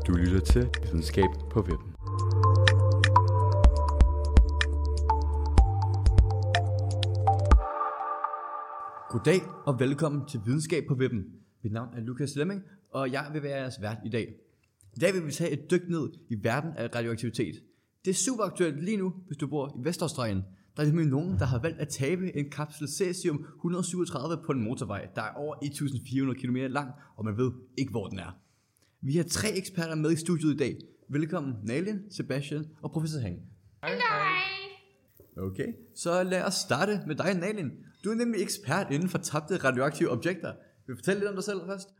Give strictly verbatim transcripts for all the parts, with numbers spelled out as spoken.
Du lytter til Videnskab på webben. Goddag og velkommen til Videnskab på webben. Mit navn er Lukas Lemming, og jeg vil være jeres vært i dag. I dag vil vi tage et dyk ned i verden af radioaktivitet. Det er super aktuelt lige nu, hvis du bor i Vestaustralien. Der er nemlig nogen, der har valgt at tabe en kapsel cesium et hundrede syvogtredive på en motorvej, der er over et tusind fire hundrede kilometer lang, og man ved ikke, hvor den er. Vi har tre eksperter med i studiet i dag. Velkommen Nalin, Sebastian og professor Heng. Hej. Okay, så lad os starte med dig, Nalin. Du er nemlig ekspert inden for tabte radioaktive objekter. Vil du fortælle lidt om dig selv først?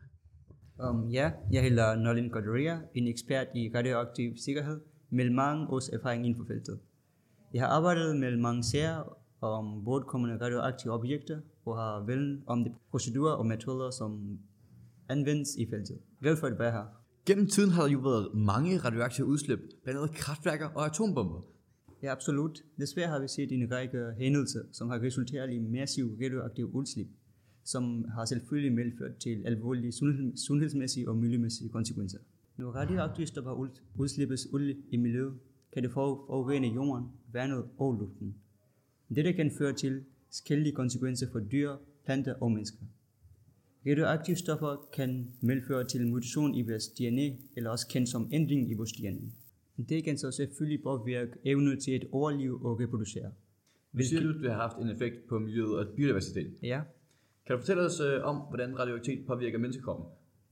Um, ja, jeg hedder Nalin Godoria, en ekspert i radioaktiv sikkerhed med mange års erfaring inden for feltet. Jeg har arbejdet med mange sager om bortkommende radioaktive objekter og har viden om de procedurer og metoder, som anvendes i feltet. Glad for at være her. Gennem tiden har der jo været mange radioaktive udslip, blandt andet kraftværker og atombomber. Ja, absolut. Desværre har vi set en række hændelser, som har resulteret i massiv radioaktiv udslip, som har selvfølgelig medført til alvorlige sundhedsmæssige og miljømæssige konsekvenser. Når radioaktive stoffer udslippes ud i miljøet, kan det forurene jorden, vandet og luften. Dette kan føre til skældige konsekvenser for dyr, planter og mennesker. Radioaktive stoffer kan medføre til mutation i vores D N A, eller også kendt som ændring i vores D N A. Det kan så selvfølgelig påvirke evnen til at overleve og reproducere. Hvad siger du, det har haft en effekt på miljøet og biodiversiteten? Ja. Kan du fortælle os øh, om, hvordan radioaktivitet påvirker menneskekroppen?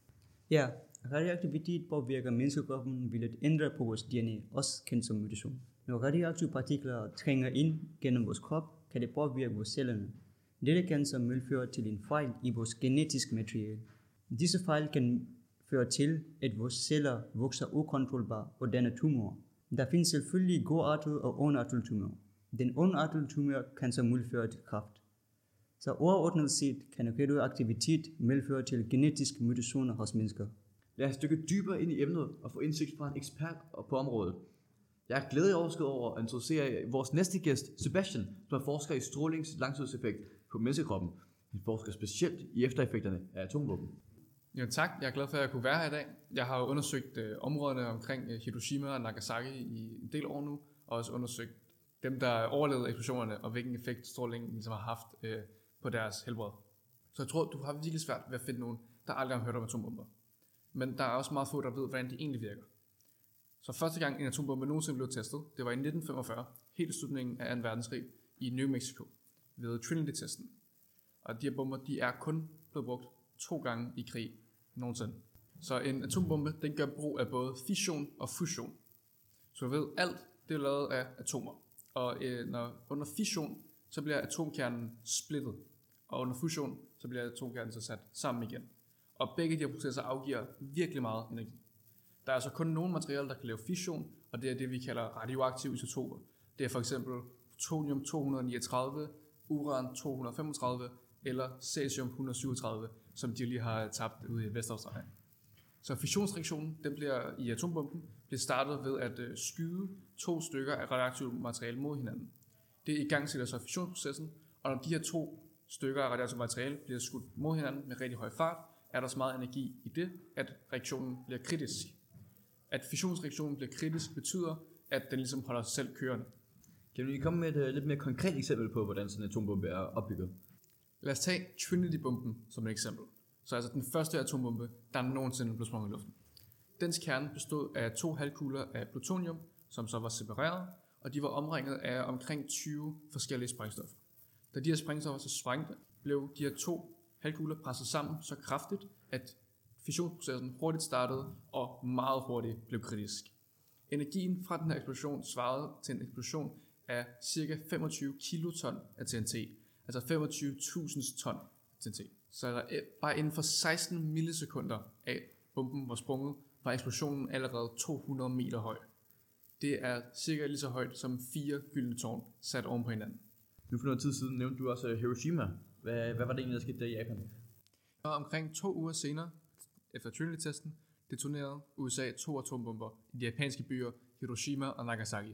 Ja, radioaktivitet påvirker menneskekroppen ved at ændre på vores D N A, også kendt som mutation. Når radioaktive partikler trænger ind gennem vores krop, kan det påvirke vores celler. Dette kan så medføre til en fejl i vores genetiske materiale. Disse fejl kan føre til, at vores celler vokser ukontrollbart og danner tumorer. Der findes selvfølgelig godartede og ondartede tumorer. Den ondartede tumor kan så medføre til kræft. Så overordnet set kan radioaktivitet medføre til genetiske mutationer hos mennesker. Lad os dykke dybere ind i emnet og få indsigt fra en ekspert på området. Jeg er glædelig overrasket over at introducere vores næste gæst, Sebastian, som er forsker i strålings langtidseffekt på menneskekroppen. Han forsker specielt i eftereffekterne af atomvåben. Jo, tak. Jeg er glad for, at jeg kunne være her i dag. Jeg har jo undersøgt øh, områderne omkring øh, Hiroshima og Nagasaki i en del år nu, og også undersøgt dem, der overlevede eksplosionerne, og hvilken effekt strålingen ligesom har haft øh, på deres helbred. Så jeg tror, du har virkelig svært ved at finde nogen, der aldrig har hørt om atombomber. Men der er også meget få, der ved, hvordan de egentlig virker. Så første gang en atombombe nogensinde blev testet, det var i nitten femogfyrre, helt i slutningen af anden verdenskrig, i New Mexico, ved Trinity-testen. Og de her bomber, de er kun blevet brugt to gange i krig nogensinde. Så en atombombe, den gør brug af både fission og fusion. Så du ved, alt det er lavet af atomer. Og øh, når under fission, så bliver atomkernen splittet. Og under fusion, så bliver atomkernen så sat sammen igen. Og begge de her processer afgiver virkelig meget energi. Der er altså kun nogle materialer, der kan lave fission, og det er det, vi kalder radioaktive isotoper. Det er for eksempel plutonium to hundrede niogtredive, uran to hundrede femogtredive eller cesium et hundrede syvogtredive, som de lige har tabt ude i Vestaustralien. Så fissionsreaktionen, den bliver i atombomben, bliver startet ved at øh, skyde to stykker af radioaktivt materiale mod hinanden. Det i gang sætter så fissionsprocessen, og når de her to stykker af radioaktivt materiale bliver skudt mod hinanden med rigtig høj fart, er der så meget energi i det, at reaktionen bliver kritisk. At fissionsreaktionen bliver kritisk betyder, at den ligesom holder sig selv kørende. Kan du lige komme med et uh, lidt mere konkret eksempel på, hvordan sådan en atombombe er opbygget? Lad os tage Trinity-bomben som et eksempel. Så altså den første atombombe, der nogensinde blev sprunget i luften. Dens kerne bestod af to halvkugler af plutonium, som så var separeret, og de var omringet af omkring tyve forskellige sprængstoffer. Da de her sprængstoffer så sprængte, blev de her to halvkugler presset sammen så kraftigt, at fissionsprocessen hurtigt startede og meget hurtigt blev kritisk. Energien fra den her eksplosion svarede til en eksplosion af ca. femogtyve kiloton af T N T, altså femogtyve tusind ton T N T. Så der bare inden for seksten millisekunder af bomben var sprunget, var eksplosionen allerede to hundrede meter høj. Det er cirka lige så højt som fire gyldne tårn sat oven på hinanden. Nu for noget tid siden nævnte du også Hiroshima. Hvad, hvad var det egentlig, der skete der i Japan? Og omkring to uger senere, efter Trinity-testen, detonerede U S A to atombomber i de japanske byer Hiroshima og Nagasaki.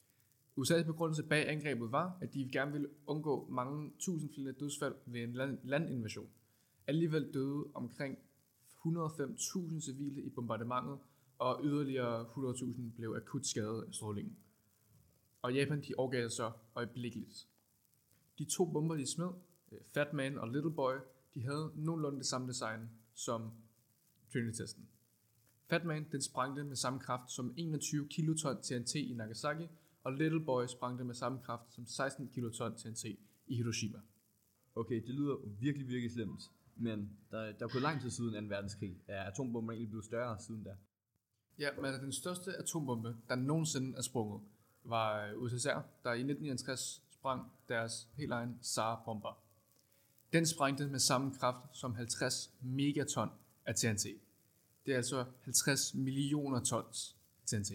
U S A's begrundelse bag angrebet var, at de gerne ville undgå mange tusind flere dødsfald ved en land- landinvasion. Alligevel døde omkring et hundrede og fem tusind civile i bombardementet, og yderligere hundrede tusind blev akut skadet af strålingen. Og Japan de overgav sig så øjeblikkeligt. De to bomber, de smed, Fat Man og Little Boy, de havde nogenlunde det samme design som Trinity-testen. Fat Man den sprængte med samme kraft som enogtyve kiloton T N T i Nagasaki, og Little Boy sprængte med samme kraft som seksten kiloton T N T i Hiroshima. Okay, det lyder virkelig, virkelig slemt. Men der, der er gået lang tid siden anden verdenskrig. Er atombomber egentlig blevet større siden da? Ja, men den største atombombe, der nogensinde er sprunget, var U S S R, der i nitten nioghalvtreds sprang deres helt egen Tsar-bomber. Den sprængte med samme kraft som halvtreds megaton af T N T. Det er altså halvtreds millioner tons T N T.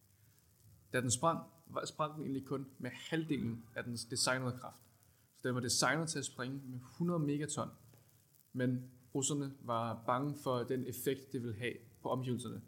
Da den sprang, sprang den egentlig kun med halvdelen af dens designede kraft. Så den var designet til at springe med hundrede megaton. Men russerne var bange for den effekt, det ville have på omgivelserne.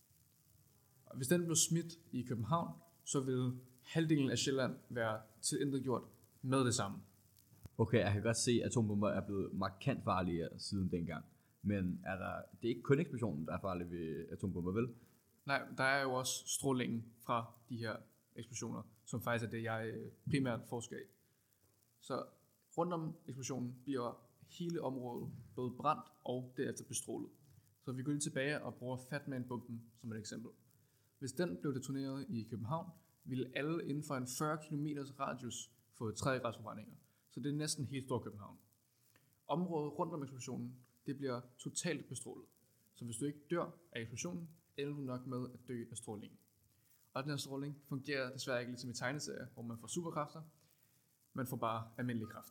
Og hvis den blev smidt i København, så ville halvdelen af Sjælland være tilintetgjort med det samme. Okay, jeg kan godt se, at atombomber er blevet markant farligere siden dengang. Men er der, det er ikke kun eksplosionen, der er farlig ved atombomber, vel? Nej, der er jo også strålingen fra de her eksplosioner, som faktisk er det, jeg primært forsker i. Så rundt om eksplosionen bliver hele området både brændt og derefter bestrålet. Så vi går lige tilbage og bruger Fat Man-bomben som et eksempel. Hvis den blev detoneret i København, ville alle inden for en fyrre kilometers radius få trægradsforbrændinger. Så det er næsten helt stor København. Området rundt om eksplosionen, det bliver totalt bestrålet. Så hvis du ikke dør af eksplosionen, ender du nok med at dø af strålingen. Og den her stråling fungerer desværre ikke ligesom i tegneserier, hvor man får superkræfter. Man får bare almindelig kraft.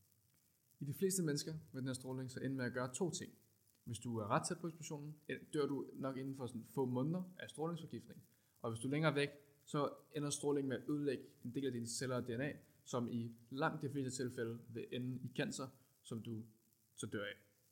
I de fleste mennesker vil den her stråling så ende med at gøre to ting. Hvis du er ret tæt på eksplosionen, dør du nok inden for sådan få måneder af strålingsforgiftning. Og hvis du er længere væk, så ender strålingen med at ødelægge en del af dine celler og D N A, som i langt de fleste tilfælde vil ende i cancer, som du så dør af.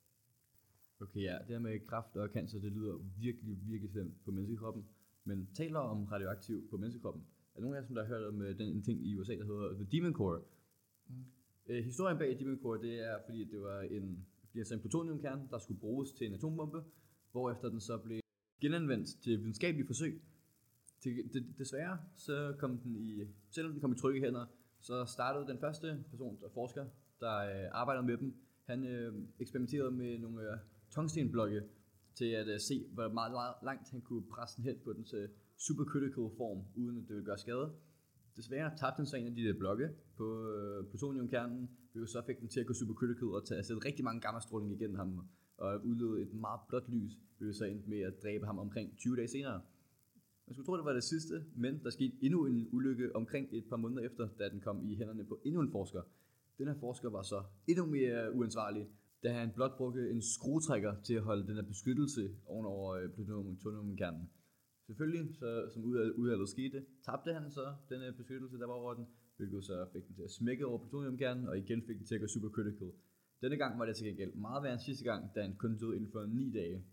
Okay, ja, det her med kræft og cancer, det lyder virkelig, virkelig slemt på menneskekroppen. Men taler om radioaktiv på menneskekroppen. Er der nogen af jer, som der har hørt om den en ting i U S A, der hedder The Demon Core? Mm. Øh, historien bag Demon Core, det er, fordi det var en, altså en plutoniumkerne, der skulle bruges til en atombombe, hvorefter den så blev genanvendt til videnskabelige forsøg. Til, det, desværre, så kom den i, selvom den kom i trygge hænder, så startede den første person, der forsker, der øh, arbejdede med dem. Han øh, eksperimenterede med nogle øh, tungstenblokke til at øh, se, hvor meget, meget langt han kunne presse den hen på dens øh, supercritical form, uden at det ville gøre skade. Desværre tabte han så en af de der blokke på øh, plutoniumkernen, hvilket så fik den til at gå supercritical og tage sætte rigtig mange gammastråling igennem ham, og udlede et meget blåt lys, hvilket så endte med at dræbe ham omkring tyve dage senere. Man skulle tro, det var det sidste, men der skete endnu en ulykke omkring et par måneder efter, da den kom i hænderne på endnu en forsker. Den her forsker var så endnu mere uansvarlig, da han blot brugte en skruetrækker til at holde den her beskyttelse ovenover plutoniumkernen. Selvfølgelig, så, som udhaldet skete, tabte han så den her beskyttelse, der var over den, hvilket så fik den til at smække over plutoniumkernen, og igen fik den til at gå supercritical. Denne gang var det til gengæld meget værre end sidste gang, da han kun døde inden for ni dage.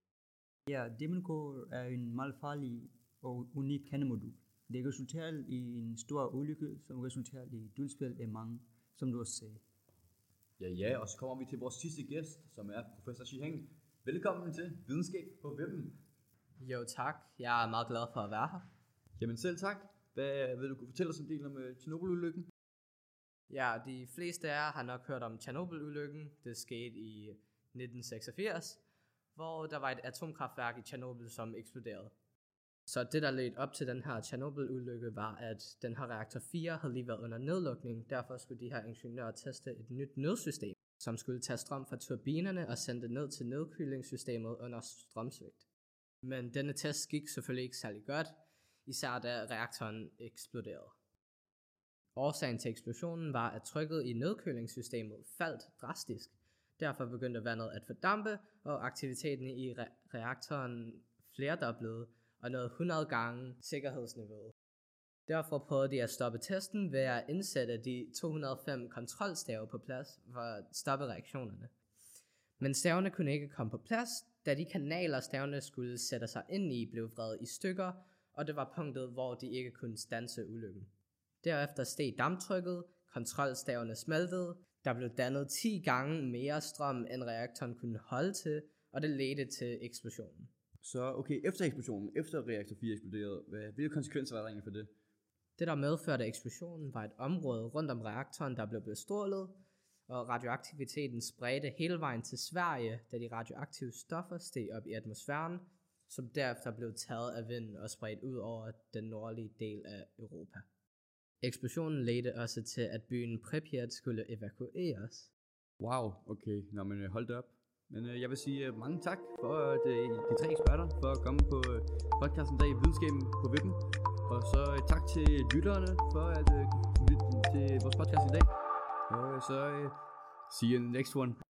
Ja, Demon Core er en meget farlig og unik kernemodul. Det resulterer i en stor ulykke, som resulterer i dødsfald af mange, som du også sagde. Ja, ja, og så kommer vi til vores sidste gæst, som er professor Shiheng. Velkommen til Videnskab på Webben. Jo tak, jeg er meget glad for at være her. Jamen selv tak. Hvad vil du kunne fortælle os en del om uh, Tjernobyl-ulykken? Ja, de fleste af jer har nok hørt om Tjernobyl-ulykken. Det skete i nitten seksogfirs, hvor der var et atomkraftværk i Tjernobyl, som eksploderede. Så det, der ledte op til den her Tjernobyl-ulykke, var, at den her reaktor fire havde lige været under nedlukning. Derfor skulle de her ingeniører teste et nyt nødsystem, som skulle tage strøm fra turbinerne og sende det ned til nedkølingssystemet under strømsvigt. Men denne test gik selvfølgelig ikke særlig godt, især da reaktoren eksploderede. Årsagen til eksplosionen var, at trykket i nedkølingssystemet faldt drastisk. Derfor begyndte vandet at fordampe, og aktiviteten i re- reaktoren flerdoblede og nåede hundrede gange sikkerhedsniveauet. Derfor prøvede de at stoppe testen ved at indsætte de to hundrede og fem kontrolstave på plads for at stoppe reaktionerne. Men stavene kunne ikke komme på plads, da de kanaler stavene skulle sætte sig ind i blev vredet i stykker, og det var punktet, hvor de ikke kunne standse ulykken. Derefter steg damptrykket, kontrolstavene smeltede, der blev dannet ti gange mere strøm, end reaktoren kunne holde til, og det ledte til eksplosionen. Så okay, efter eksplosionen, efter reaktor fire eksploderede, hvad, hvilke konsekvenser var der egentlig for det? Det, der medførte eksplosionen, var et område rundt om reaktoren, der blev bestrålet, og radioaktiviteten spredte hele vejen til Sverige, da de radioaktive stoffer steg op i atmosfæren, som derefter blev taget af vinden og spredt ud over den nordlige del af Europa. Eksplosionen ledte også til, at byen Pripyat skulle evakueres. Wow, okay, nå men hold det op. Men øh, jeg vil sige uh, mange tak for uh, de, de tre eksperter for at komme på uh, podcasten dag i Videnskaben på Vippen. Og så uh, tak til lytterne for at uh, lytte til vores podcast i dag. Og uh, så uh, see you in the next one.